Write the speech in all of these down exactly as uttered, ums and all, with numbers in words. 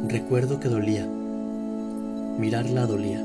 Recuerdo que dolía. Mirarla dolía.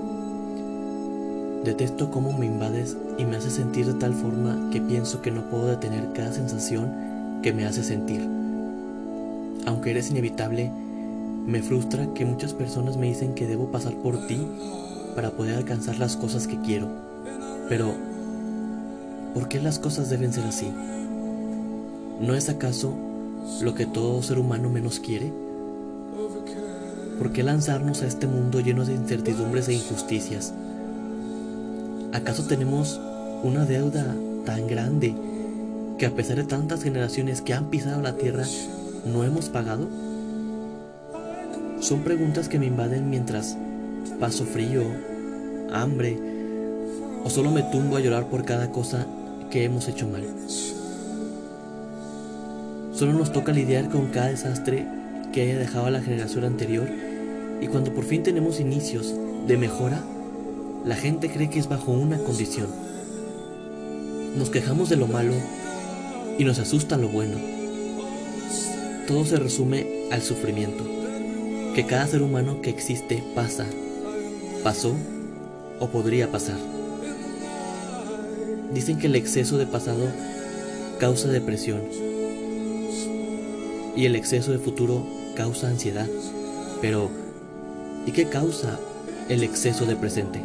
Detesto cómo me invades y me haces sentir de tal forma que pienso que no puedo detener cada sensación que me hace sentir. Aunque eres inevitable, me frustra que muchas personas me dicen que debo pasar por ti para poder alcanzar las cosas que quiero. Pero, ¿por qué las cosas deben ser así? ¿No es acaso lo que todo ser humano menos quiere? ¿Por qué lanzarnos a este mundo lleno de incertidumbres e injusticias? ¿Acaso tenemos una deuda tan grande que a pesar de tantas generaciones que han pisado la tierra, no hemos pagado? Son preguntas que me invaden mientras paso frío, hambre, o solo me tumbo a llorar por cada cosa que hemos hecho mal. Solo nos toca lidiar con cada desastre que haya dejado a la generación anterior, y cuando por fin tenemos inicios de mejora, la gente cree que es bajo una condición. Nos quejamos de lo malo y nos asusta lo bueno. Todo se resume al sufrimiento que cada ser humano que existe pasa, pasó o podría pasar. Dicen que el exceso de pasado causa depresión y el exceso de futuro causa ansiedad. Pero, ¿y qué causa el exceso de presente?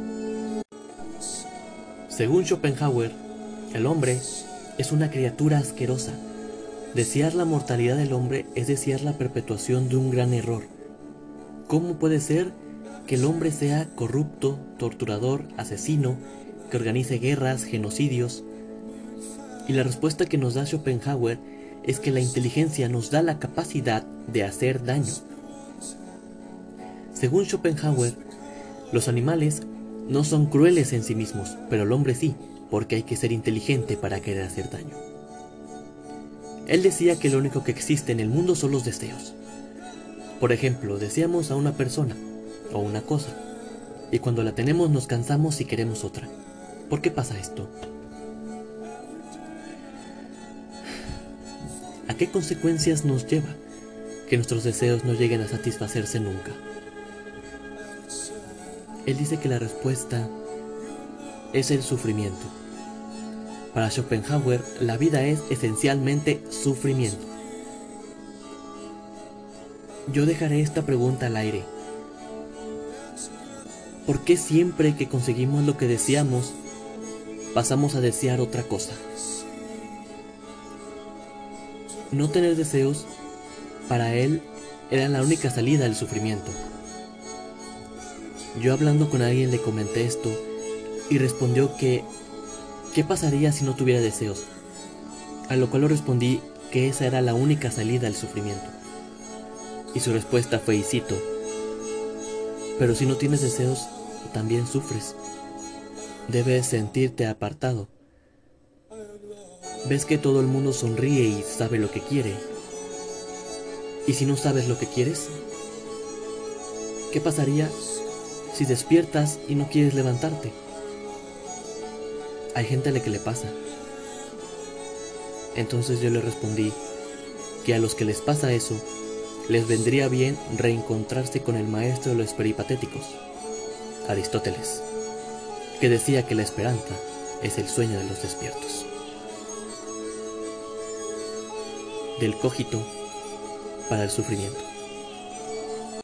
Según Schopenhauer, el hombre es una criatura asquerosa. Desear la mortalidad del hombre es desear la perpetuación de un gran error. ¿Cómo puede ser que el hombre sea corrupto, torturador, asesino, que organice guerras, genocidios? Y la respuesta que nos da Schopenhauer es que la inteligencia nos da la capacidad de hacer daño. Según Schopenhauer, los animales no son crueles en sí mismos, pero el hombre sí, porque hay que ser inteligente para querer hacer daño. Él decía que lo único que existe en el mundo son los deseos. Por ejemplo, deseamos a una persona o una cosa, y cuando la tenemos nos cansamos y queremos otra. ¿Por qué pasa esto? ¿A qué consecuencias nos lleva que nuestros deseos no lleguen a satisfacerse nunca? Él dice que la respuesta es el sufrimiento. Para Schopenhauer, la vida es esencialmente sufrimiento. Yo dejaré esta pregunta al aire. ¿Por qué siempre que conseguimos lo que deseamos, pasamos a desear otra cosa? No tener deseos, para él, era la única salida del sufrimiento. Yo hablando con alguien le comenté esto y respondió que ¿qué pasaría si no tuviera deseos? A lo cual le respondí que esa era la única salida del sufrimiento. Y su respuesta fue, y cito: pero si no tienes deseos, también sufres. Debes sentirte apartado. Ves que todo el mundo sonríe y sabe lo que quiere. ¿Y si no sabes lo que quieres? ¿Qué pasaría si despiertas y no quieres levantarte? Hay gente a la que le pasa. Entonces yo le respondí que a los que les pasa eso, les vendría bien reencontrarse con el maestro de los peripatéticos, Aristóteles, que decía que la esperanza es el sueño de los despiertos. Del cogito para el sufrimiento.